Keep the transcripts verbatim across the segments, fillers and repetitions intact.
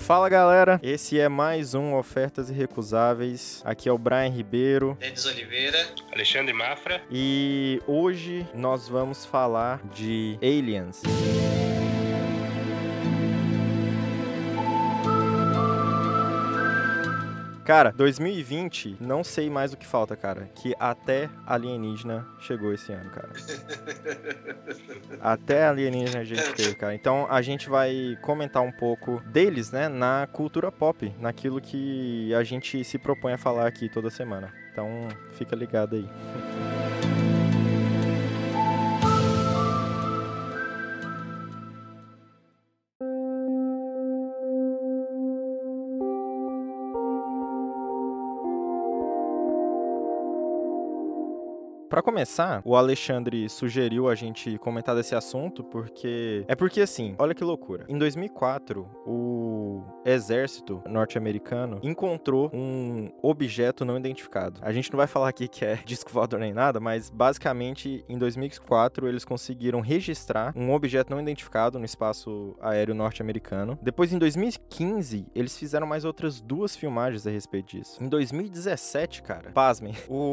Fala galera, esse é mais um Ofertas Irrecusáveis. Aqui é o Brian Ribeiro, Denis Oliveira, Alexandre Mafra. E hoje nós vamos falar de Aliens. Cara, dois mil e vinte, não sei mais o que falta, cara. Que até alienígena chegou esse ano, cara. Até alienígena a gente teve, cara. Então a gente vai comentar um pouco deles, né, na cultura pop, naquilo que a gente se propõe a falar aqui toda semana. Então fica ligado aí. Pra começar, o Alexandre sugeriu a gente comentar desse assunto porque... É porque, assim, olha que loucura. Em dois mil e quatro, o exército norte-americano encontrou um objeto não identificado. A gente não vai falar aqui que é disco voador nem nada, mas basicamente, em dois mil e quatro, eles conseguiram registrar um objeto não identificado no espaço aéreo norte-americano. Depois, em dois mil e quinze, eles fizeram mais outras duas filmagens a respeito disso. Em dois mil e dezessete, cara, pasmem,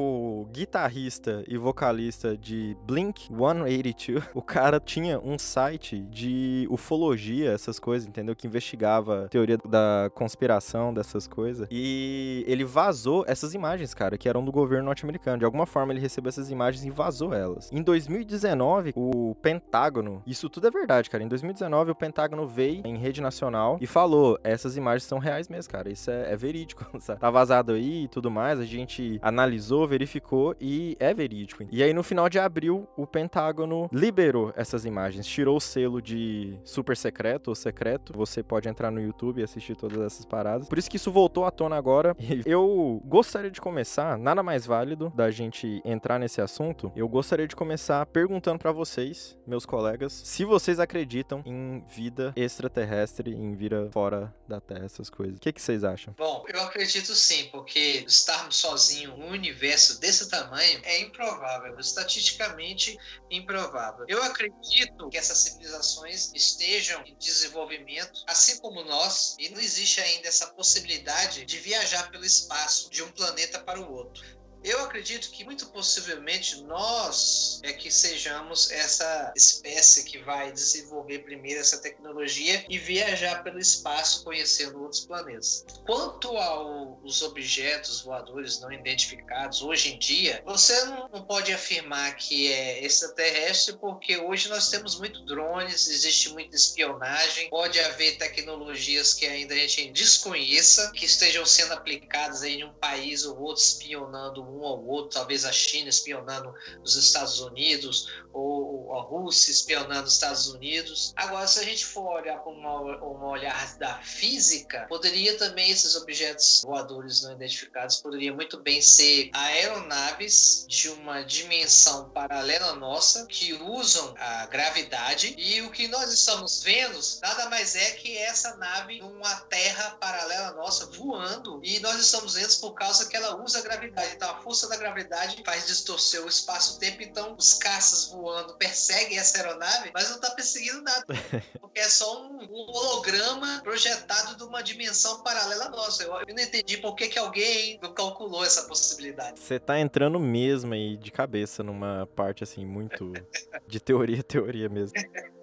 o guitarrista e vocalista de Blink cento e oitenta e dois, o cara tinha um site de ufologia, essas coisas, entendeu? Que investigava a teoria da conspiração dessas coisas. E ele vazou essas imagens, cara, que eram do governo norte-americano. De alguma forma ele recebeu essas imagens e vazou elas. Em dois mil e dezenove, o Pentágono, isso tudo é verdade, cara. Em dois mil e dezenove, o Pentágono veio em rede nacional e falou, essas imagens são reais mesmo, cara. Isso é, é verídico, sabe? Tá vazado aí e tudo mais. A gente analisou, verificou e é verídico. E aí, no final de abril, o Pentágono liberou essas imagens, tirou o selo de super secreto ou secreto. Você pode entrar no YouTube e assistir todas essas paradas. Por isso que isso voltou à tona agora. Eu gostaria de começar, nada mais válido da gente entrar nesse assunto, eu gostaria de começar perguntando pra vocês, meus colegas, se vocês acreditam em vida extraterrestre, em vida fora da Terra, essas coisas. O que, que vocês acham? Bom, eu acredito sim, porque estarmos sozinhos num universo desse tamanho é improvável. Improvável, estatisticamente improvável. Eu acredito que essas civilizações estejam em desenvolvimento, assim como nós, e não existe ainda essa possibilidade de viajar pelo espaço de um planeta para o outro. Eu acredito que muito possivelmente nós é que sejamos essa espécie que vai desenvolver primeiro essa tecnologia e viajar pelo espaço conhecendo outros planetas. Quanto aos objetos voadores não identificados, hoje em dia, você não, não pode afirmar que é extraterrestre porque hoje nós temos muito drones, existe muita espionagem, pode haver tecnologias que ainda a gente desconheça, que estejam sendo aplicadas aí em um país ou outro, espionando um ou outro, talvez a China espionando os Estados Unidos, ou a Rússia espionando os Estados Unidos. Agora, se a gente for olhar para uma, uma olhar da física, poderia também esses objetos voadores não identificados, poderiam muito bem ser aeronaves de uma dimensão paralela à nossa, que usam a gravidade, e o que nós estamos vendo nada mais é que essa nave numa terra paralela à nossa, voando, e nós estamos vendo por causa que ela usa a gravidade. Então, a força da gravidade faz distorcer o espaço-tempo, então os caças voando perseguem essa aeronave, mas não está perseguindo nada, porque é só um, um holograma projetado de uma dimensão paralela à nossa. Eu, eu não entendi por que, que alguém não calculou essa possibilidade. Você tá entrando mesmo aí de cabeça numa parte assim muito de teoria, teoria mesmo.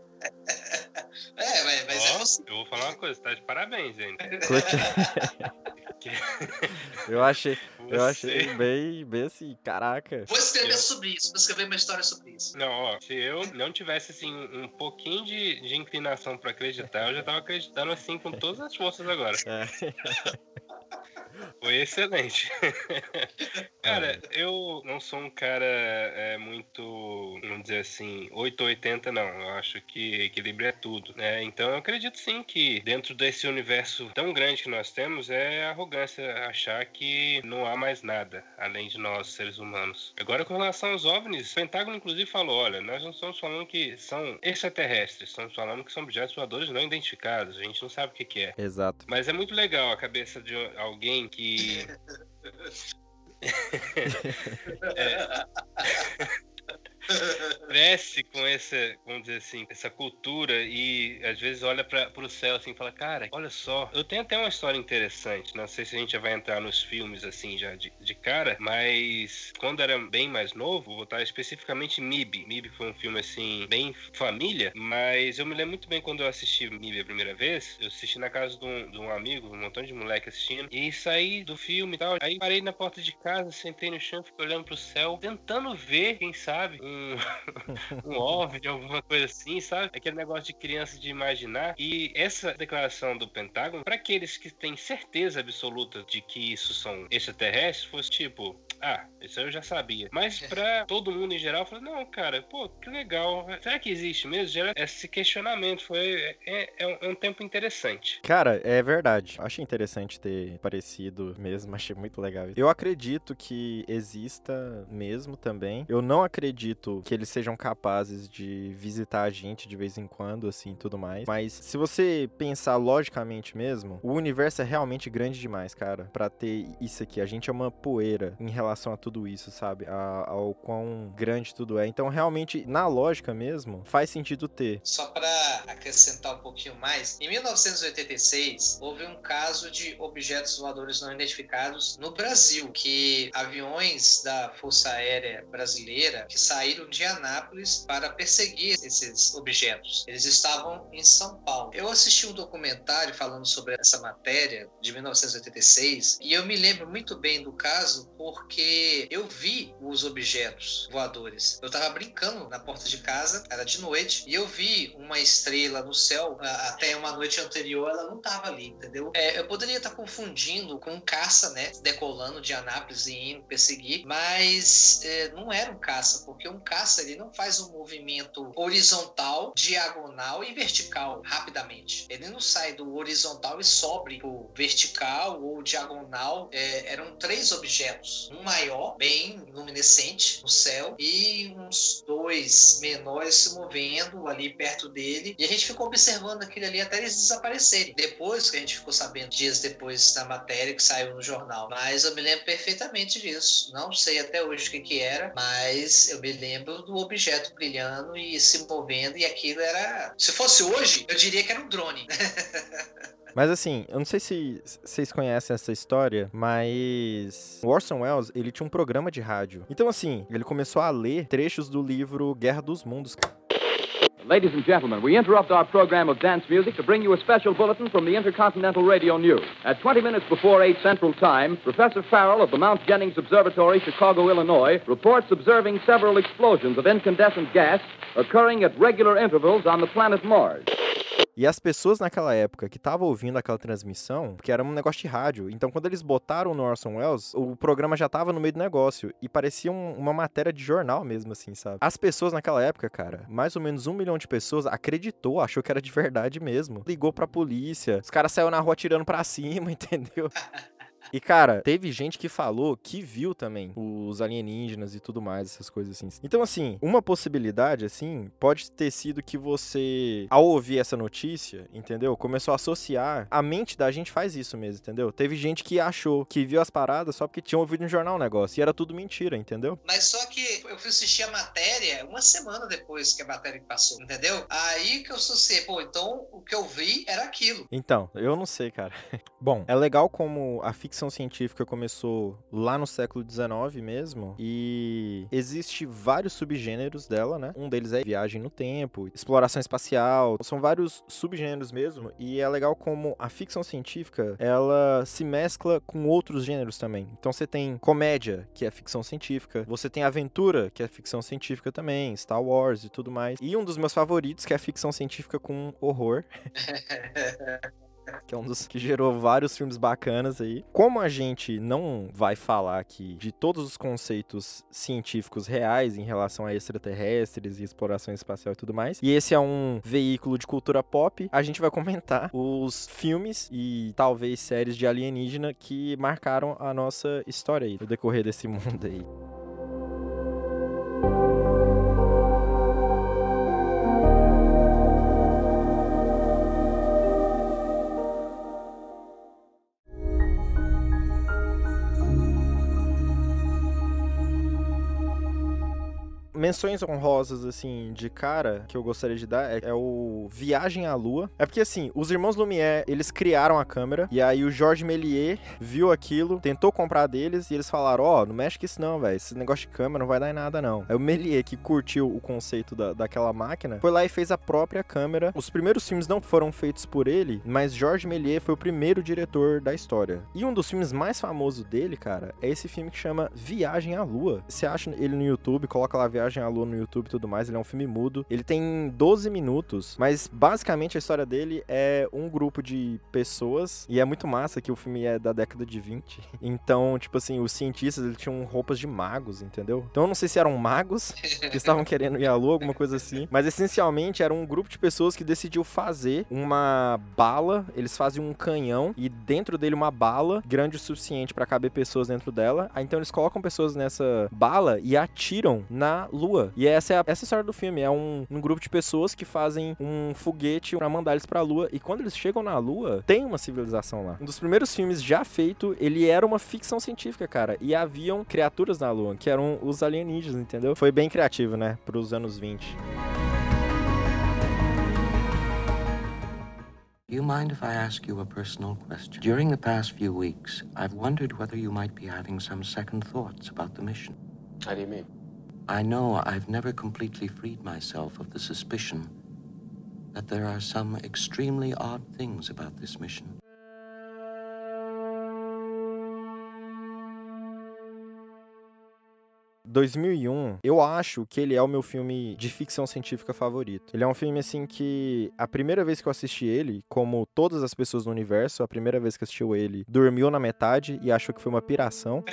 É, mas, mas oh, é possível. Eu vou falar uma coisa, tá de parabéns, gente. Eu achei, Você... eu achei bem, bem assim, caraca. Vou escrever eu... sobre isso, vou escrever uma história sobre isso. Não, ó, se eu não tivesse, assim, um pouquinho de, de inclinação pra acreditar, eu já tava acreditando, assim, com todas as forças agora. É. Foi excelente. Cara, eu não sou um cara é, muito, vamos dizer assim, oito ou oitenta, não. Eu acho que equilíbrio é tudo, né? Então eu acredito sim que dentro desse universo tão grande que nós temos, é arrogância achar que não há mais nada além de nós, seres humanos. Agora, com relação aos OVNIs, o Pentágono inclusive falou, olha, nós não estamos falando que são extraterrestres, estamos falando que são objetos voadores não identificados, a gente não sabe o que, que é. Exato. Mas é muito legal a cabeça de alguém que é, cresce com essa, vamos dizer assim, essa cultura e às vezes olha para pro céu assim e fala, cara, olha só, eu tenho até uma história interessante, não sei se a gente já vai entrar nos filmes assim já de, de cara, mas quando era bem mais novo, vou botar especificamente M I B. M I B foi um filme assim, bem família, mas eu me lembro muito bem quando eu assisti M I B a primeira vez, eu assisti na casa de um, de um amigo, um montão de moleque assistindo, e saí do filme e tal, aí parei na porta de casa, sentei no chão, fiquei olhando pro céu, tentando ver, quem sabe, um, um OVNI, alguma coisa assim, sabe? Aquele negócio de criança de imaginar. E essa declaração do Pentágono, para aqueles que têm certeza absoluta de que isso são extraterrestres, fosse tipo, ah, isso eu já sabia. Mas pra todo mundo em geral, falou, não, cara, pô, que legal. Será que existe mesmo? Gera esse questionamento. Foi, é, é, um, é um tempo interessante. Cara, é verdade. Achei interessante ter parecido mesmo, achei muito legal isso. Eu acredito que exista mesmo também. Eu não acredito que eles sejam capazes de visitar a gente de vez em quando, assim, tudo mais. Mas se você pensar logicamente mesmo, o universo é realmente grande demais, cara, pra ter isso aqui. A gente é uma poeira em relação a tudo isso, sabe? A, ao quão grande tudo é. Então, realmente, na lógica mesmo, faz sentido ter. Só pra acrescentar um pouquinho mais, em mil novecentos e oitenta e seis, houve um caso de objetos voadores não identificados no Brasil, que aviões da Força Aérea Brasileira que saíram de Anápolis para perseguir esses objetos. Eles estavam em São Paulo. Eu assisti um documentário falando sobre essa matéria de mil novecentos e oitenta e seis e eu me lembro muito bem do caso porque eu vi os objetos voadores. Eu estava brincando na porta de casa, era de noite, e eu vi uma estrela no céu. Até uma noite anterior ela não estava ali, entendeu? É, eu poderia estar confundindo com um caça, né, decolando de Anápolis e indo perseguir, mas é, não era um caça, porque um caça ele não faz um movimento horizontal, diagonal e vertical rapidamente. Ele não sai do horizontal e sobe pro vertical ou diagonal. É, eram três objetos, um maior, bem luminescente no céu, e uns dois menores se movendo ali perto dele, e a gente ficou observando aquilo ali até eles desaparecerem. Depois que a gente ficou sabendo, dias depois, na matéria que saiu no jornal. Mas eu me lembro perfeitamente disso. Não sei até hoje o que que era, mas eu me lembro do objeto brilhando e se movendo, e aquilo era... Se fosse hoje, eu diria que era um drone. Mas assim, eu não sei se vocês conhecem essa história, mas o Orson Welles, ele tinha um programa de rádio. Então assim, ele começou a ler trechos do livro Guerra dos Mundos. Ladies and gentlemen, we interrupt our program of dance music to bring you a special bulletin from the Intercontinental Radio News. At twenty minutes before eight Central Time, Professor Farrell of the Mount Jennings Observatory, Chicago, Illinois, reports observing several explosions of incandescent gas occurring at regular intervals on the planet Mars. E as pessoas naquela época que estavam ouvindo aquela transmissão, porque era um negócio de rádio, então quando eles botaram no Orson Welles, o programa já tava no meio do negócio, e parecia um, uma matéria de jornal mesmo, assim, sabe? As pessoas naquela época, cara, mais ou menos um milhão de pessoas acreditou, achou que era de verdade mesmo. Ligou pra polícia, os caras saíram na rua atirando pra cima, entendeu? E, cara, teve gente que falou que viu também os alienígenas e tudo mais, essas coisas assim. Então, assim, uma possibilidade, assim, pode ter sido que você, ao ouvir essa notícia, entendeu? Começou a associar. A mente da gente faz isso mesmo, entendeu? Teve gente que achou que viu as paradas só porque tinha ouvido no jornal o negócio. E era tudo mentira, entendeu? Mas só que eu fui assistir a matéria uma semana depois que a matéria passou, entendeu? Aí que eu associei, pô, então o que eu vi era aquilo. Então, eu não sei, cara. Bom, é legal como a ficção científica começou lá no século dezenove mesmo, e existe vários subgêneros dela, né? Um deles é viagem no tempo, exploração espacial, são vários subgêneros mesmo, e é legal como a ficção científica, ela se mescla com outros gêneros também. Então você tem comédia, que é ficção científica, você tem aventura, que é ficção científica também, Star Wars e tudo mais, e um dos meus favoritos, que é a ficção científica com horror. Que é um dos que gerou vários filmes bacanas aí. Como a gente não vai falar aqui de todos os conceitos científicos reais em relação a extraterrestres e exploração espacial e tudo mais, e esse é um veículo de cultura pop, a gente vai comentar os filmes e talvez séries de alienígena que marcaram a nossa história aí, no decorrer desse mundo aí. menções honrosas, assim, de cara, que eu gostaria de dar, é, é o Viagem à Lua. É porque, assim, os irmãos Lumière, eles criaram a câmera, e aí o Georges Méliès viu aquilo, tentou comprar deles, e eles falaram, ó, oh, não mexe com isso não, velho, esse negócio de câmera não vai dar em nada, não. Aí o Méliès, que curtiu o conceito da, daquela máquina, foi lá e fez a própria câmera. Os primeiros filmes não foram feitos por ele, mas Georges Méliès foi o primeiro diretor da história. E um dos filmes mais famosos dele, cara, é esse filme que chama Viagem à Lua. Você acha ele no YouTube, coloca lá Viagem à Lua no YouTube e tudo mais, ele é um filme mudo. Ele tem doze minutos, mas basicamente a história dele é um grupo de pessoas, e é muito massa que o filme é da década de vinte. Então, tipo assim, os cientistas, eles tinham roupas de magos, entendeu? Então eu não sei se eram magos que estavam querendo ir à Lua, alguma coisa assim, mas essencialmente era um grupo de pessoas que decidiu fazer uma bala, eles fazem um canhão e dentro dele uma bala grande o suficiente pra caber pessoas dentro dela. Aí então eles colocam pessoas nessa bala e atiram na Lua. E essa é a, essa é a história do filme, é um, um grupo de pessoas que fazem um foguete pra mandar eles pra Lua, e quando eles chegam na Lua, tem uma civilização lá. Um dos primeiros filmes já feito, ele era uma ficção científica, cara, e haviam criaturas na Lua, que eram os alienígenas, entendeu? Foi bem criativo, né, pros anos vinte. Do you mind if I ask you a personal question? During the past few weeks, I've wondered whether you might be having some second thoughts about the mission. How do you mean? I know I've never completely freed myself of the suspicion that there are some extremely odd things about this mission. dois mil e um, eu acho que ele é o meu filme de ficção científica favorito. Ele é um filme, assim, que a primeira vez que eu assisti ele, como todas as pessoas no universo, a primeira vez que assistiu ele, dormiu na metade e achou que foi uma piração.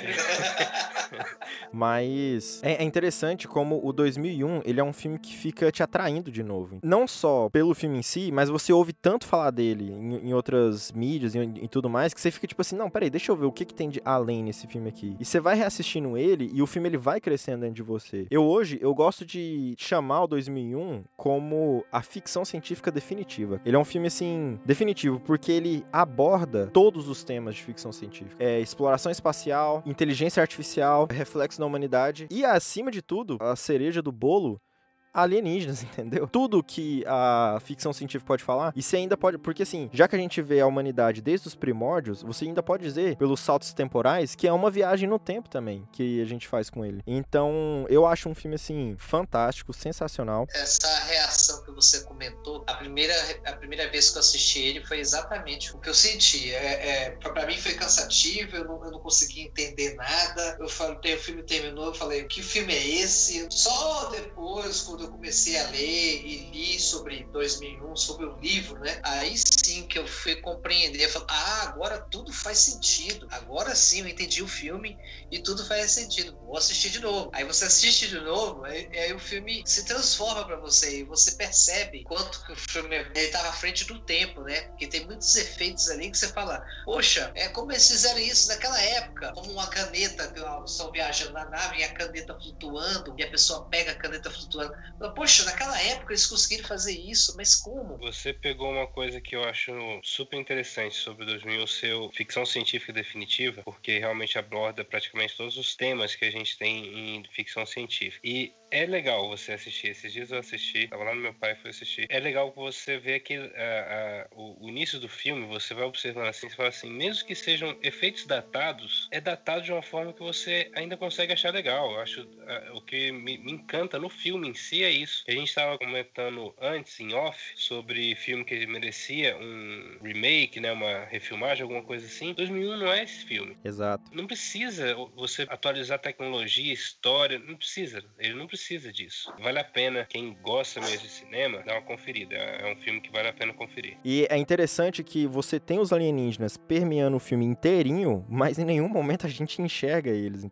Mas é interessante como o dois mil e um, ele é um filme que fica te atraindo de novo. Não só pelo filme em si, mas você ouve tanto falar dele em, em outras mídias e, e tudo mais, que você fica tipo assim, não, peraí, deixa eu ver o que, que tem de além nesse filme aqui. E você vai reassistindo ele e o filme ele vai crescendo dentro de você. Eu hoje, eu gosto de chamar o dois mil e um como a ficção científica definitiva. Ele é um filme, assim, definitivo, porque ele aborda todos os temas de ficção científica. É exploração espacial, inteligência artificial, reflexo na humanidade e, acima de tudo, a cereja do bolo, alienígenas, entendeu? Tudo que a ficção científica pode falar, e você ainda pode, porque assim, já que a gente vê a humanidade desde os primórdios, você ainda pode dizer, pelos saltos temporais, que é uma viagem no tempo também, que a gente faz com ele. Então, eu acho um filme, assim, fantástico, sensacional. Essa reação que você comentou, a primeira, a primeira vez que eu assisti ele foi exatamente o que eu senti. É, é, pra mim foi cansativo, eu não, eu não consegui entender nada. Eu falei, o filme terminou, eu falei, que filme é esse? Só depois, quando eu comecei a ler e li sobre dois mil e um, sobre o livro, né? Aí sim que eu fui compreender. Eu falei, ah, agora tudo faz sentido. Agora sim eu entendi o filme e tudo faz sentido. Vou assistir de novo. Aí você assiste de novo, aí, aí o filme se transforma pra você e você percebe quanto que o filme estava à frente do tempo, né? Porque tem muitos efeitos ali que você fala, poxa, é como eles fizeram isso naquela época, como uma caneta, que estão viajando na nave e a caneta flutuando, e a pessoa pega a caneta flutuando. Poxa, naquela época eles conseguiram fazer isso, mas como? Você pegou uma coisa que eu acho super interessante sobre dois mil e um, seu ficção científica definitiva, porque realmente aborda praticamente todos os temas que a gente tem em ficção científica. E é legal você assistir. Esses dias eu assisti, tava lá no meu pai e fui assistir. É legal você ver aquele, a, a, o, o início do filme, você vai observando assim, você fala assim, mesmo que sejam efeitos datados, é datado de uma forma que você ainda consegue achar legal. Eu acho a, o que me, me encanta no filme em si é isso. A gente estava comentando antes, em off, sobre filme que merecia um remake, né, uma refilmagem, alguma coisa assim. dois mil e um não é esse filme. Exato. Não precisa você atualizar tecnologia, história, não precisa. Ele não precisa disso. Vale a pena, quem gosta mesmo de cinema, dar uma conferida. É um filme que vale a pena conferir. E é interessante que você tem os alienígenas permeando o filme inteirinho, mas em nenhum momento a gente enxerga eles.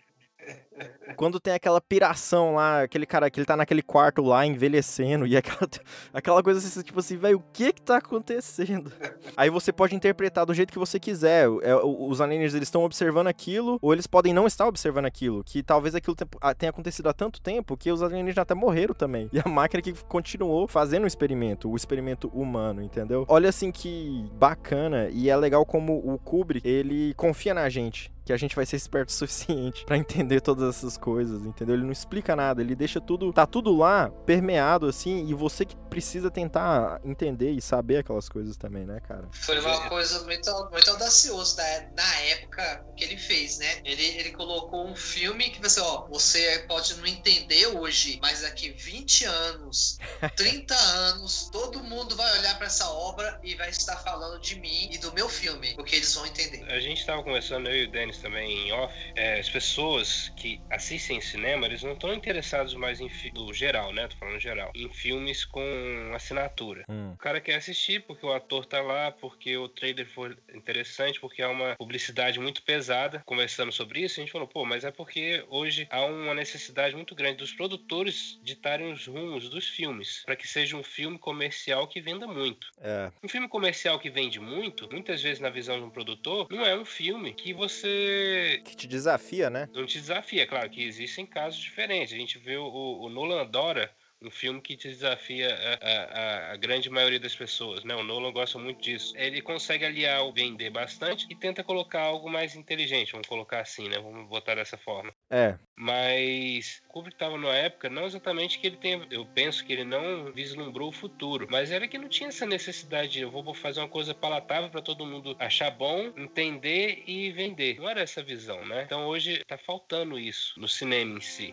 Quando tem aquela piração lá, aquele cara que ele tá naquele quarto lá, envelhecendo, e aquela, aquela coisa assim, tipo assim, velho, o que que tá acontecendo? Aí você pode interpretar do jeito que você quiser. É, os alienígenas, eles estão observando aquilo, ou eles podem não estar observando aquilo, que talvez aquilo tenha acontecido há tanto tempo que os alienígenas até morreram também. E a máquina que continuou fazendo o experimento, o experimento humano, entendeu? Olha assim que bacana, e é legal como o Kubrick, ele confia na gente. que a gente vai ser esperto o suficiente pra entender todas essas coisas, entendeu? Ele não explica nada, ele deixa tudo, tá tudo lá, permeado, assim, e você que precisa tentar entender e saber aquelas coisas também, né, cara? Foi uma coisa muito, muito audaciosa da, na época que ele fez, né? Ele, ele colocou um filme que você, ó, você pode não entender hoje, mas daqui vinte anos, trinta anos, todo mundo vai olhar pra essa obra e vai estar falando de mim e do meu filme, porque eles vão entender. A gente tava conversando, eu e o Dennis também, em off, é, as pessoas que assistem cinema, eles não estão interessados mais em, no geral, né? Tô falando geral, em filmes com assinatura. Hum. O cara quer assistir porque o ator tá lá, porque o trailer foi interessante, porque é uma publicidade muito pesada. Conversando sobre isso, a gente falou, pô, mas é porque hoje há uma necessidade muito grande dos produtores ditarem os rumos dos filmes, para que seja um filme comercial que venda muito. É. Um filme comercial que vende muito, muitas vezes na visão de um produtor, não é um filme que você... que te desafia, né? Não te desafia, claro que existem casos diferentes. A gente vê o, o Nolan adora um filme que te desafia a, a, a grande maioria das pessoas, né? O Nolan gosta muito disso. Ele consegue aliar o vender bastante e tenta colocar algo mais inteligente, vamos colocar assim, né? Vamos botar dessa forma. É. Mas Kubrick estava numa época, não exatamente que ele tenha... Eu penso que ele não vislumbrou o futuro, mas era que não tinha essa necessidade de eu vou fazer uma coisa palatável para todo mundo achar bom, entender e vender. Não era essa visão, né? Então hoje tá faltando isso no cinema em si.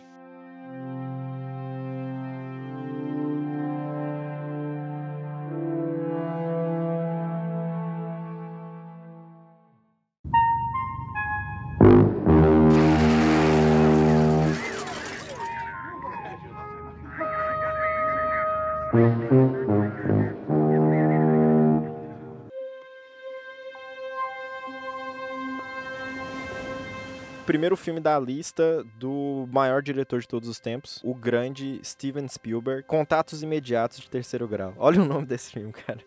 Primeiro filme da lista do maior diretor de todos os tempos, o grande Steven Spielberg, Contatos Imediatos de Terceiro Grau. Olha o nome desse filme, cara.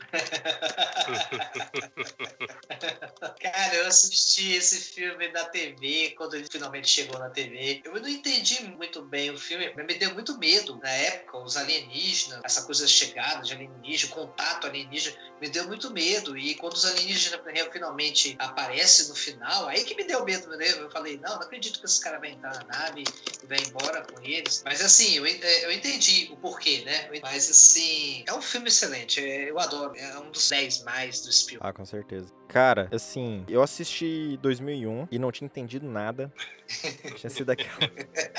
Cara, eu assisti esse filme na T V, quando ele finalmente chegou na T V. Eu não entendi muito bem o filme, mas me deu muito medo na época, os alienígenas, essa coisa da chegada de alienígena, contato alienígena, me deu muito medo. E quando os alienígenas finalmente aparecem no final, aí que me deu medo mesmo. Eu falei, não, não acredito que esse cara vai entrar na nave e vai embora com eles. Mas assim, eu, eu entendi o porquê, né? Mas assim, é um filme excelente, eu adoro. É um dos dez mais do Spielberg. Ah, com certeza. Cara, assim, eu assisti dois mil e um e não tinha entendido nada. Tinha sido aquela...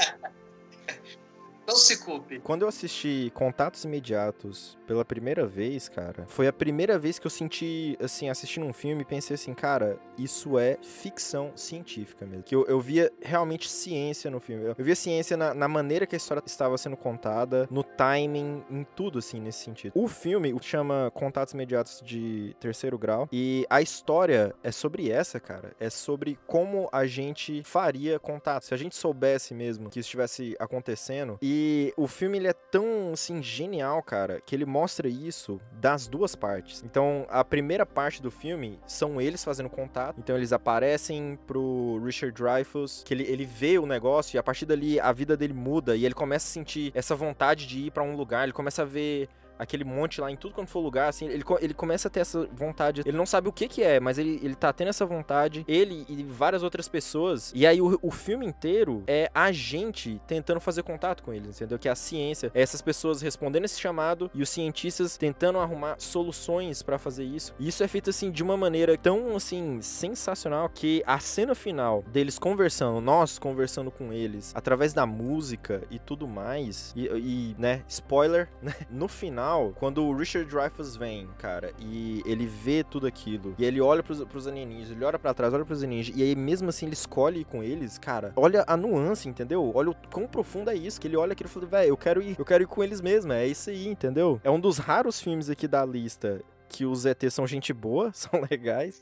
Não se culpe. Quando eu assisti Contatos Imediatos pela primeira vez, cara, foi a primeira vez que eu senti, assim, assistindo um filme e pensei assim, cara, isso é ficção científica mesmo. Que eu, eu via realmente ciência no filme. Eu, eu via ciência na, na maneira que a história estava sendo contada, no timing, em tudo, assim, nesse sentido. O filme chama Contatos Imediatos de Terceiro Grau e a história é sobre essa, cara. É sobre como a gente faria contato. Se a gente soubesse mesmo que isso estivesse acontecendo. E E o filme, ele é tão, assim, genial, cara, que ele mostra isso das duas partes. Então, a primeira parte do filme são eles fazendo contato. Então, eles aparecem pro Richard Dreyfuss, que ele, ele vê o negócio e a partir dali a vida dele muda e ele começa a sentir essa vontade de ir pra um lugar, ele começa a ver... aquele monte lá em tudo quanto for lugar, assim, ele, ele começa a ter essa vontade, ele não sabe o que que é, mas ele, ele tá tendo essa vontade, ele e várias outras pessoas, e aí o, o filme inteiro é a gente tentando fazer contato com eles, entendeu? Que é a ciência, é essas pessoas respondendo esse chamado e os cientistas tentando arrumar soluções pra fazer isso, e isso é feito, assim, de uma maneira tão, assim, sensacional, que a cena final deles conversando, nós conversando com eles, através da música e tudo mais, e, e né, spoiler, né, no final, quando o Richard Dreyfuss vem, cara, e ele vê tudo aquilo, e ele olha pros, pros alienígenas, ele olha pra trás, olha pros alienígenas, e aí mesmo assim ele escolhe ir com eles, cara, olha a nuance, entendeu? Olha o quão profundo é isso, que ele olha aquilo e fala, velho, eu quero ir, eu quero ir com eles mesmo, é isso aí, entendeu? É um dos raros filmes aqui da lista que os E Tês são gente boa, são legais.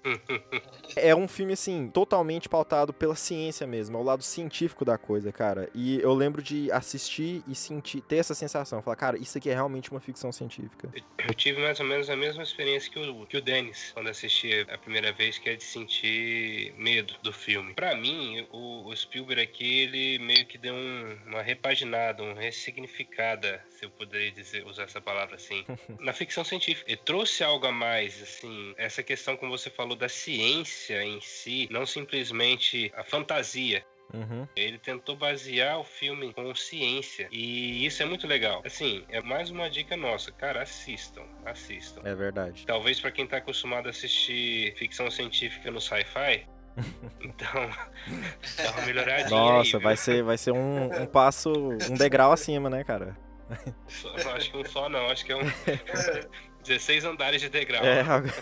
É um filme, assim, totalmente pautado pela ciência mesmo, é o lado científico da coisa, cara. E eu lembro de assistir e sentir, ter essa sensação, falar, cara, isso aqui é realmente uma ficção científica. Eu tive mais ou menos a mesma experiência que o, que o Dennis, quando assisti a primeira vez, que é de sentir medo do filme. Pra mim, o, o Spielberg aqui, ele meio que deu um, uma repaginada, uma ressignificada, se eu poderia dizer, usar essa palavra assim, na ficção científica. Ele trouxe algo algo a mais, assim, essa questão, como você falou, da ciência em si, não simplesmente a fantasia. Uhum. Ele tentou basear o filme com ciência, e isso é muito legal. Assim, é mais uma dica nossa, cara, assistam, assistam. É verdade. Talvez pra quem tá acostumado a assistir ficção científica no sci-fi, então dá uma melhoradinha. Nossa, aí, vai ser, vai ser um, um passo, um degrau acima, né, cara? Só, não, acho que um só não, acho que é um dezesseis andares de degrau. É,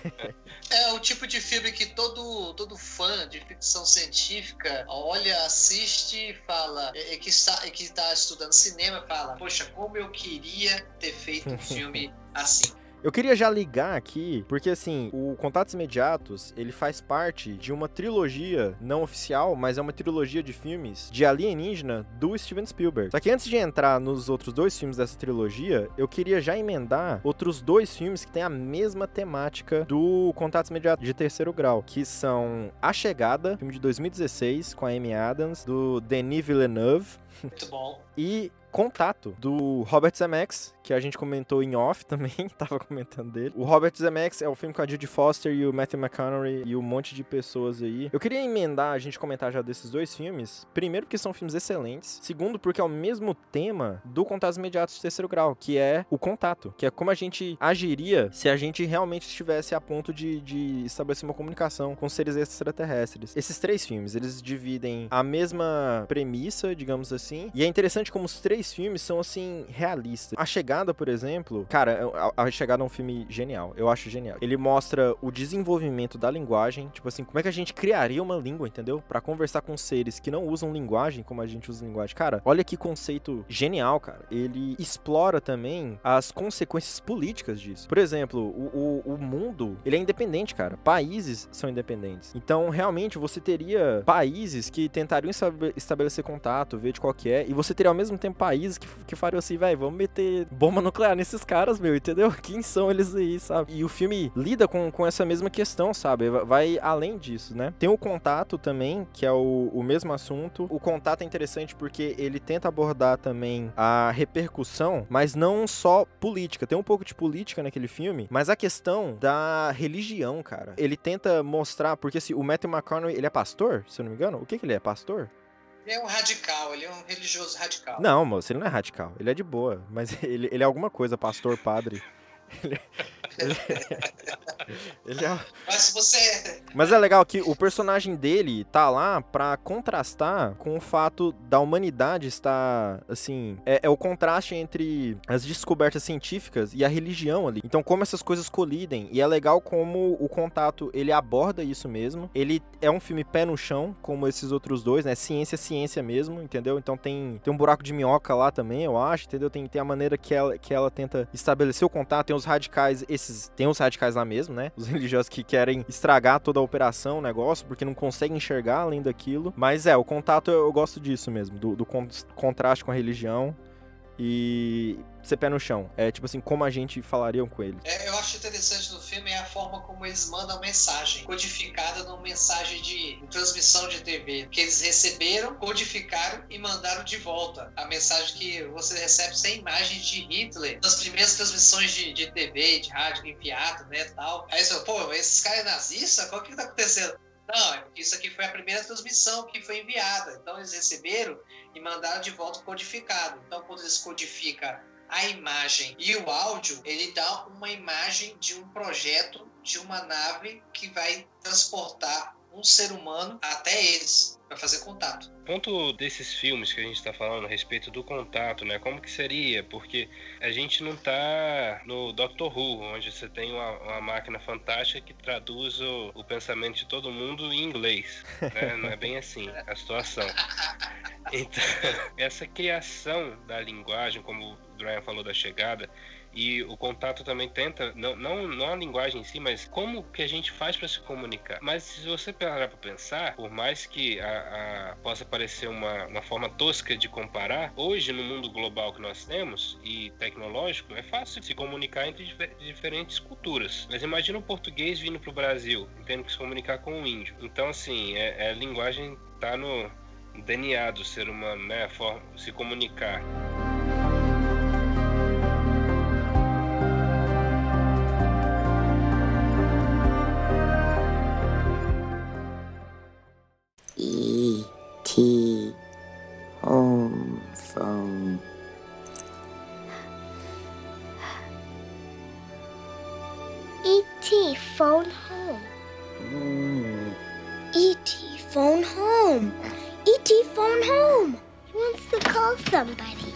É o tipo de filme que todo, todo fã de ficção científica olha, assiste e fala, e que está, que está estudando cinema, fala, poxa, como eu queria ter feito um filme assim. Eu queria já ligar aqui, porque assim, o Contatos Imediatos, ele faz parte de uma trilogia não oficial, mas é uma trilogia de filmes de alienígena do Steven Spielberg. Só que antes de entrar nos outros dois filmes dessa trilogia, eu queria já emendar outros dois filmes que têm a mesma temática do Contatos Imediatos de terceiro grau, que são A Chegada, filme de dois mil e dezesseis, com a Amy Adams, do Denis Villeneuve. Muito bom. E Contato, do Robert Zemeckis, que a gente comentou em off também, tava comentando dele. O Robert Zemeckis é o filme com a Jodie Foster e o Matthew McConaughey e um monte de pessoas aí. Eu queria emendar, a gente comentar já desses dois filmes. Primeiro, porque são filmes excelentes. Segundo, porque é o mesmo tema do Contatos Imediatos de terceiro grau, que é o contato, que é como a gente agiria se a gente realmente estivesse a ponto de, de estabelecer uma comunicação com seres extraterrestres. Esses três filmes, eles dividem a mesma premissa, digamos assim, e é interessante como os três filmes são, assim, realistas. A Chegada, por exemplo, cara, a, a Chegada é um filme genial, eu acho genial. Ele mostra o desenvolvimento da linguagem, tipo assim, como é que a gente criaria uma língua, entendeu? Pra conversar com seres que não usam linguagem como a gente usa linguagem. Cara, olha que conceito genial, cara. Ele explora também as consequências políticas disso. Por exemplo, o, o, o mundo, ele é independente, cara. Países são independentes. Então, realmente, você teria países que tentariam estabelecer contato, ver de qual que é, e você teria ao mesmo tempo países que, que fariam assim, velho, vamos meter bomba nuclear nesses caras, meu, entendeu? Quem são eles aí, sabe? E o filme lida com, com essa mesma questão, sabe? Vai além disso, né? Tem o Contato também, que é o, o mesmo assunto. O Contato é interessante porque ele tenta abordar também a repercussão, mas não só política. Tem um pouco de política naquele filme, mas a questão da religião, cara. Ele tenta mostrar, porque assim, o Matthew McConaughey, ele é pastor, se eu não me engano? O que que ele é? Pastor? Ele é um radical, ele é um religioso radical. Não, moço, ele não é radical. Ele é de boa, mas ele, ele é alguma coisa, pastor, padre. Ele, ele, ele é... Mas se você... Mas é legal que o personagem dele tá lá pra contrastar com o fato da humanidade estar, assim... É, é o contraste entre as descobertas científicas e a religião ali. Então, como essas coisas colidem. E é legal como o Contato, ele aborda isso mesmo. Ele é um filme pé no chão, como esses outros dois, né? Ciência, ciência mesmo, entendeu? Então tem, tem um buraco de minhoca lá também, eu acho, entendeu? Tem, tem a maneira que ela, que ela tenta estabelecer o contato. Tem os radicais, esses... Tem os radicais lá mesmo, né? Os religiosos que querem estragar toda a operação, o negócio, porque não conseguem enxergar além daquilo. Mas é, o Contato eu, eu gosto disso mesmo, do, do con- contraste com a religião e ser pé no chão. É tipo assim, como a gente falaria com ele. É, eu acho interessante no filme é a forma como eles mandam a mensagem, codificada numa mensagem de, de transmissão de T V, que eles receberam, codificaram e mandaram de volta. A mensagem que você recebe sem imagem de Hitler, nas primeiras transmissões de, de T V, de rádio enviado, né, tal. Aí você fala, pô, esses caras é nazistas? Qual que tá acontecendo? Não, é porque isso aqui foi a primeira transmissão que foi enviada. Então eles receberam e mandaram de volta codificado. Então quando eles codificam a imagem e o áudio, ele dá uma imagem de um projeto de uma nave que vai transportar um ser humano até eles, para fazer contato. O ponto desses filmes que a gente está falando a respeito do contato, né? Como que seria? Porque a gente não tá no Doctor Who, onde você tem uma, uma máquina fantástica que traduz o, o pensamento de todo mundo em inglês, né? Não é bem assim a situação. Então, essa criação da linguagem, como o Brian falou da Chegada, e o Contato também tenta, não, não, não a linguagem em si, mas como que a gente faz para se comunicar. Mas se você parar para pensar, por mais que a, a, possa parecer uma, uma forma tosca de comparar, hoje no mundo global que nós temos e tecnológico, é fácil se comunicar entre difer- diferentes culturas. Mas imagina um português vindo para o Brasil, tendo que se comunicar com um índio. Então, assim, é, é, a linguagem está no D N A do ser humano, né? A forma de se comunicar. T, phone home. Uh, E T, phone home. E T, phone home. He wants to call somebody.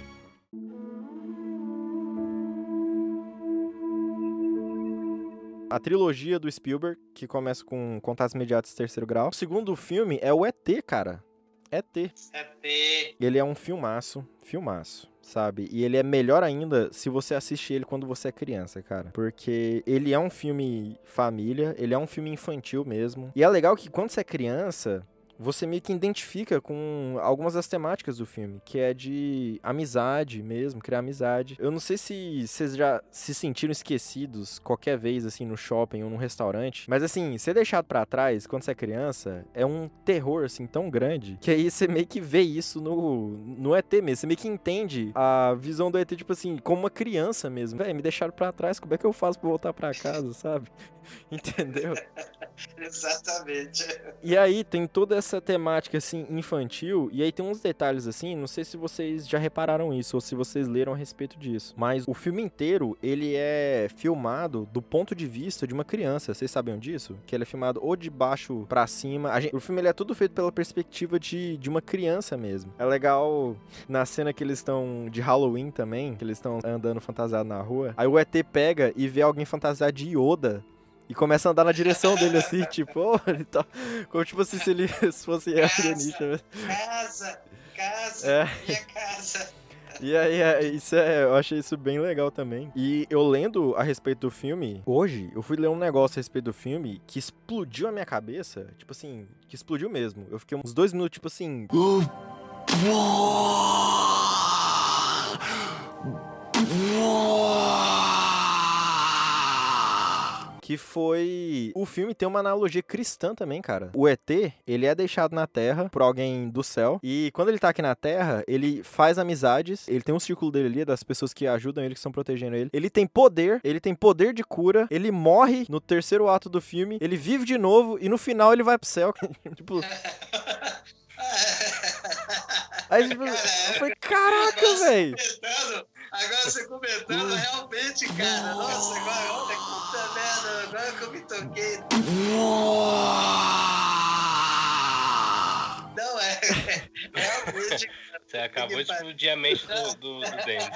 a trilogia do Spielberg, que começa com Contatos Imediatos Terceiro Grau. O segundo filme é o E T, cara. E T. É T. Ele é um filmaço, filmaço, sabe? E ele é melhor ainda se você assiste ele quando você é criança, cara. Porque ele é um filme família, ele é um filme infantil mesmo. E é legal que quando você é criança, você meio que identifica com algumas das temáticas do filme, que é de amizade mesmo, criar amizade. Eu não sei se vocês já se sentiram esquecidos qualquer vez, assim, no shopping ou no restaurante, mas, assim, ser deixado pra trás quando você é criança é um terror, assim, tão grande, que aí você meio que vê isso no, no E T mesmo. Você meio que entende a visão do E T, tipo assim, como uma criança mesmo. Véi, me deixaram pra trás, como é que eu faço pra voltar pra casa, sabe? Entendeu? Exatamente. E aí tem toda essa temática, assim, infantil, e aí tem uns detalhes, assim, não sei se vocês já repararam isso, ou se vocês leram a respeito disso, mas o filme inteiro, ele é filmado do ponto de vista de uma criança, vocês sabiam disso? Que ele é filmado ou de baixo pra cima, a gente, o filme ele é tudo feito pela perspectiva de, de uma criança mesmo. É legal na cena que eles estão de Halloween também, que eles estão andando fantasiado na rua, aí o E T pega e vê alguém fantasiado de Yoda, e começa a andar na direção dele, assim, tipo, oh, ele tá... como tipo assim, se ele se fosse alienígena. Casa, casa, É. minha casa. E aí, é, isso é, eu achei isso bem legal também. E eu lendo a respeito do filme, hoje, eu fui ler um negócio a respeito do filme que explodiu a minha cabeça, tipo assim, que explodiu mesmo. Eu fiquei uns dois minutos, tipo assim... Que foi... O filme tem uma analogia cristã também, cara. O E T, ele é deixado na Terra por alguém do céu. E quando ele tá aqui na Terra, ele faz amizades. Ele tem um círculo dele ali, das pessoas que ajudam ele, que estão protegendo ele. Ele tem poder, ele tem poder de cura. Ele morre no terceiro ato do filme. Ele vive de novo e no final ele vai pro céu. Tipo... Aí, tipo, eu falei, caraca, velho. Agora você comentando, realmente, cara. Nossa, agora, olha, puta merda, agora que eu me toquei. Não, é, é realmente. Você acabou de explodir a mente do, do, do Denis.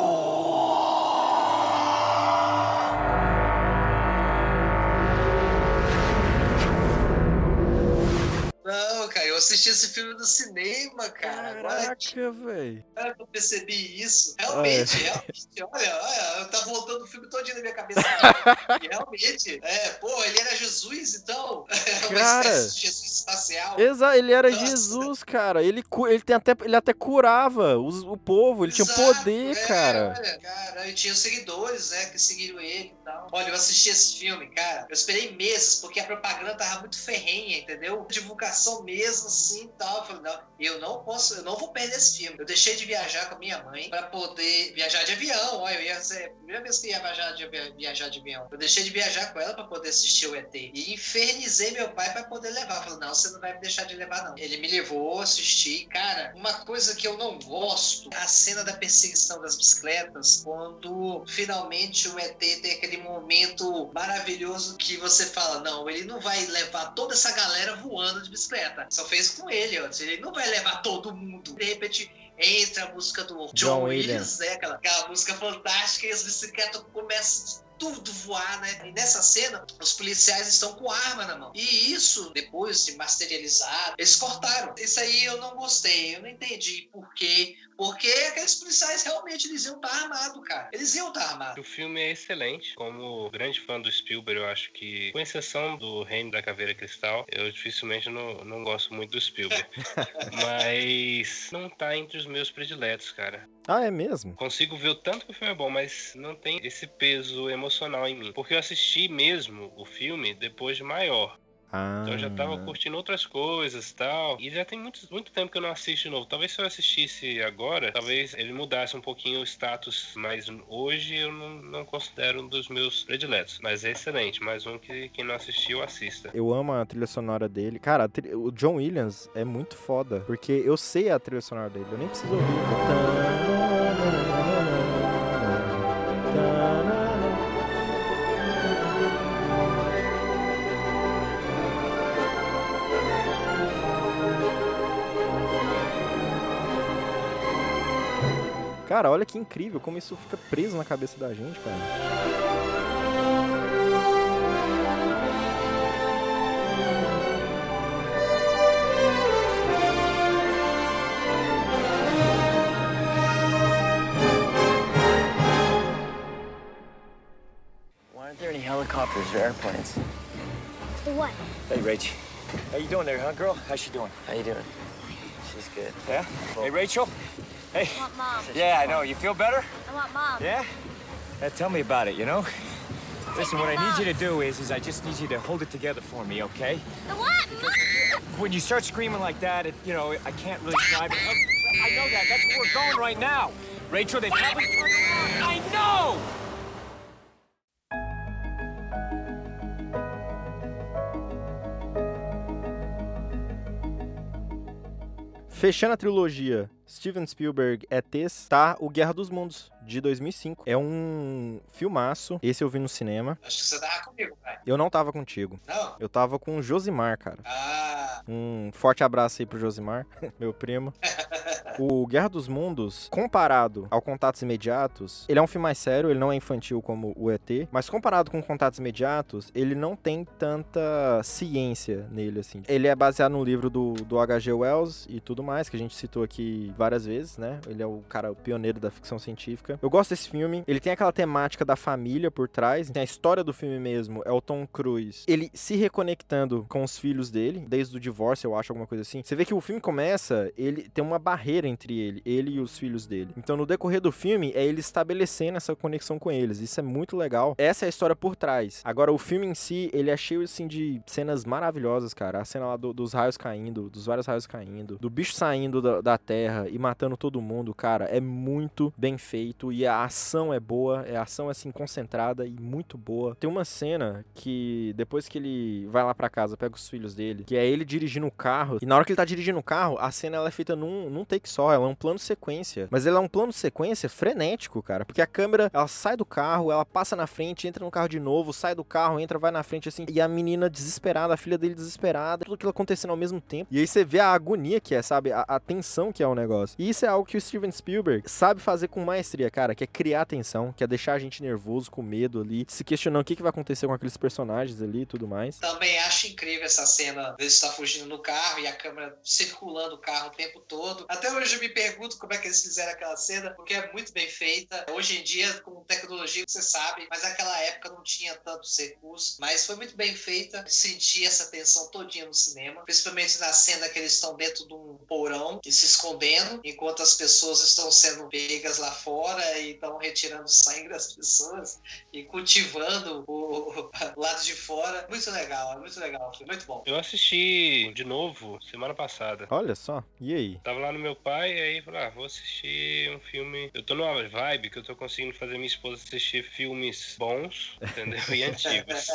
Não, cara, eu assisti esse filme no cinema, cara. Caraca, velho. Agora que eu percebi isso, realmente, Ai. realmente, olha, olha, tá voltando o filme todinho na minha cabeça. E realmente, é, pô, ele era Jesus, então, uma Cara. espécie de Jesus espacial. Exato, ele era Nossa. Jesus, cara. Ele, cu- ele, tem até, ele até curava os- o povo, ele tinha Exato, poder, é, cara. Olha, cara, e tinha seguidores, né, que seguiram ele e tal. Olha, eu assisti esse filme, cara, eu esperei meses, porque a propaganda tava muito ferrenha, entendeu? Divulgação mesmo, assim, e tal. Eu falei, não, eu não posso, eu não vou perder esse filme. Eu deixei de viajar com a minha mãe pra poder viajar de avião. Olha, eu ia ser a primeira vez que ia viajar de, avi- viajar de avião. Eu deixei de viajar com ela pra poder assistir o E T. E infernizei meu pai pra poder levar. Eu falei, não, você não vai me deixar de levar, não. Ele me levou, assisti. Cara, uma coisa que eu não gosto, a cena da perseguição das bicicletas, quando finalmente o E T tem aquele momento maravilhoso que você fala, não, ele não vai levar toda essa galera voando de bicicleta. Só fez com ele, ó. Ele não vai levar todo mundo. De repente, entra a música do John, John Williams, Williams. né? Aquela, aquela música fantástica e as bicicletas começam tudo voar, né? E nessa cena, os policiais estão com arma na mão. E isso, depois de materializado, eles cortaram. Isso aí eu não gostei. Eu não entendi por quê. Porque aqueles policiais realmente eles iam estar armados, cara. Eles iam estar armados. O filme é excelente. Como grande fã do Spielberg, eu acho que, com exceção do Reino da Caveira Cristal, eu dificilmente não, não gosto muito do Spielberg. Mas não tá entre os meus prediletos, cara. Ah, é mesmo? Consigo ver o tanto que o filme é bom, mas não tem esse peso emocional em mim. Porque eu assisti mesmo o filme depois de maior. Ah. Então eu já tava curtindo outras coisas e tal. E já tem muito, muito tempo que eu não assisto de novo. Talvez se eu assistisse agora, talvez ele mudasse um pouquinho o status. Mas hoje eu não, não considero um dos meus prediletos. Mas é excelente. Mais um que quem não assistiu, assista. Eu amo a trilha sonora dele. Cara, a tri- o John Williams é muito foda. Porque eu sei a trilha sonora dele. Eu nem preciso ouvir. Cara, olha que incrível como isso fica preso na cabeça da gente, cara. Aren't there any helicopters or airplanes? For what? Hey, Rach. How you doing there, huh, girl? How's she doing? How you doing? She's good. Yeah? Hey, Rachel? Hey. I want Mom. Yeah, I know. You feel better? I want Mom. Yeah? Yeah, tell me about it, you know? Listen, what I need you to do is, is I just need you to hold it together for me, okay? The what? Mom? When you start screaming like that, it, you know, I can't really drive it. I know that. That's where we're going right now. Rachel, they probably turned around. I know! Fechando a trilogia Steven Spielberg E Tês, tá o Guerra dos Mundos, de dois mil e cinco. É um filmaço. Esse eu vi no cinema. Acho que você tava comigo, pai. Eu não tava contigo. Não? Eu tava com o Josimar, cara. Ah. Um forte abraço aí pro Josimar, meu primo. O Guerra dos Mundos, comparado ao Contatos Imediatos, ele é um filme mais sério, ele não é infantil como o E T, mas comparado com Contatos Imediatos, ele não tem tanta ciência nele, assim. Ele é baseado no livro do, do H G Wells e tudo mais, que a gente citou aqui várias vezes, né? Ele é o cara o pioneiro da ficção científica. Eu gosto desse filme. Ele tem aquela temática da família por trás. Tem a história do filme mesmo. É o Tom Cruise. Ele se reconectando com os filhos dele, desde o divórcio, eu acho, alguma coisa assim. Você vê que o filme começa, ele tem uma barreira entre ele, ele e os filhos dele. Então, no decorrer do filme, é ele estabelecendo essa conexão com eles. Isso é muito legal. Essa é a história por trás. Agora, o filme em si, ele é cheio, assim, de cenas maravilhosas, cara. A cena lá do, dos raios caindo, dos vários raios caindo, do bicho saindo da, da terra e matando todo mundo, cara, é muito bem feito e a ação é boa, a ação é assim concentrada e muito boa. Tem uma cena que depois que ele vai lá pra casa, pega os filhos dele, que é ele dirigindo o carro, e na hora que ele tá dirigindo o carro, a cena ela é feita num, num take só, ela é um plano sequência, mas ela é um plano sequência frenético, cara, porque a câmera, ela sai do carro, ela passa na frente, entra no carro de novo, sai do carro, entra, vai na frente assim, e a menina desesperada, a filha dele desesperada, tudo aquilo acontecendo ao mesmo tempo, e aí você vê a agonia que é, sabe, a, a tensão que é o negócio. E isso é algo que o Steven Spielberg sabe fazer com maestria, cara, que é criar tensão, que é deixar a gente nervoso, com medo ali, se questionando o que, que vai acontecer com aqueles personagens ali e tudo mais. Também acho incrível essa cena dele estar fugindo no carro e a câmera circulando o carro o tempo todo. Até hoje eu me pergunto como é que eles fizeram aquela cena, porque é muito bem feita. Hoje em dia, com tecnologia, você sabe, mas naquela época não tinha tantos recursos, mas foi muito bem feita. Senti essa tensão todinha no cinema, principalmente na cena que eles estão dentro de um porão e se escondendo, enquanto as pessoas estão sendo pegas lá fora e estão retirando o sangue das pessoas e cultivando o, o lado de fora. Muito legal, é muito legal, foi muito bom. Eu assisti de novo semana passada. Olha só, e aí? Tava lá no meu pai, e aí falei, ah, vou assistir um filme. Eu tô numa vibe que eu tô conseguindo fazer minha esposa assistir filmes bons, entendeu? E antigos.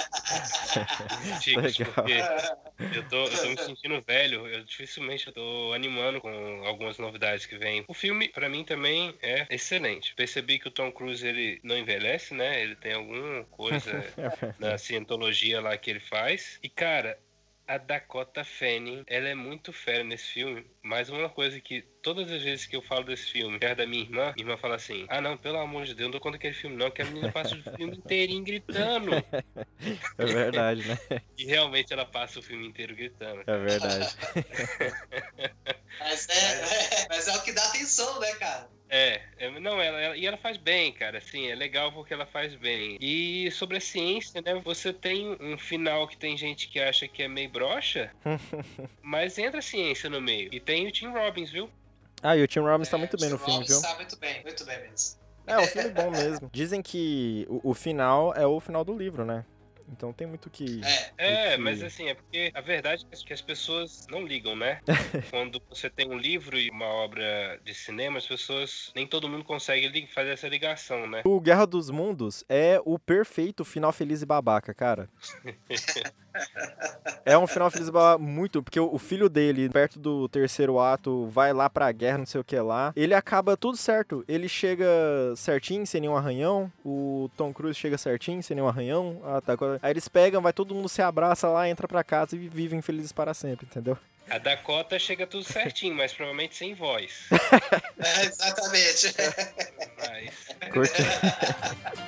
Antigos, porque eu tô, eu tô me sentindo velho, eu dificilmente eu tô animando com algumas novidades que vêm. O filme, pra mim, também é excelente. Percebi que o Tom Cruise, ele não envelhece, né? Ele tem alguma coisa na cientologia lá que ele faz. E, cara, a Dakota Fanning, ela é muito fera nesse filme, mas uma coisa que todas as vezes que eu falo desse filme, perto da minha irmã, minha irmã fala assim, ah não, pelo amor de Deus, não dou conta daquele filme não, que a menina passa o filme inteirinho gritando. É verdade, né? E realmente ela passa o filme inteiro gritando. É verdade. Mas é, é, mas é o que dá atenção, né, cara? É, é não, ela, ela, e ela faz bem, cara, assim, é legal porque ela faz bem. E sobre a ciência, né, você tem um final que tem gente que acha que é meio broxa, mas entra a ciência no meio. E tem o Tim Robbins, viu? Ah, e o Tim Robbins É, tá muito bem no Tim filme, Robbins viu? tá muito bem, muito bem mesmo. É, um filme bom mesmo. Dizem que o, o final é o final do livro, né? Então tem muito que... É, É, que... mas assim, é porque a verdade é que as pessoas não ligam, né? Quando você tem um livro e uma obra de cinema, as pessoas... Nem todo mundo consegue fazer essa ligação, né? O Guerra dos Mundos é o perfeito final feliz e babaca, cara. É um final feliz e babaca muito, porque o filho dele, perto do terceiro ato, vai lá pra guerra, não sei o que lá. Ele acaba tudo certo. Ele chega certinho, sem nenhum arranhão. O Tom Cruise chega certinho, sem nenhum arranhão. A Dakota Aí eles pegam, vai todo mundo se abraça lá, entra pra casa e vivem felizes para sempre, entendeu? A Dakota chega tudo certinho, mas provavelmente sem voz. É, exatamente. Mas... Curti.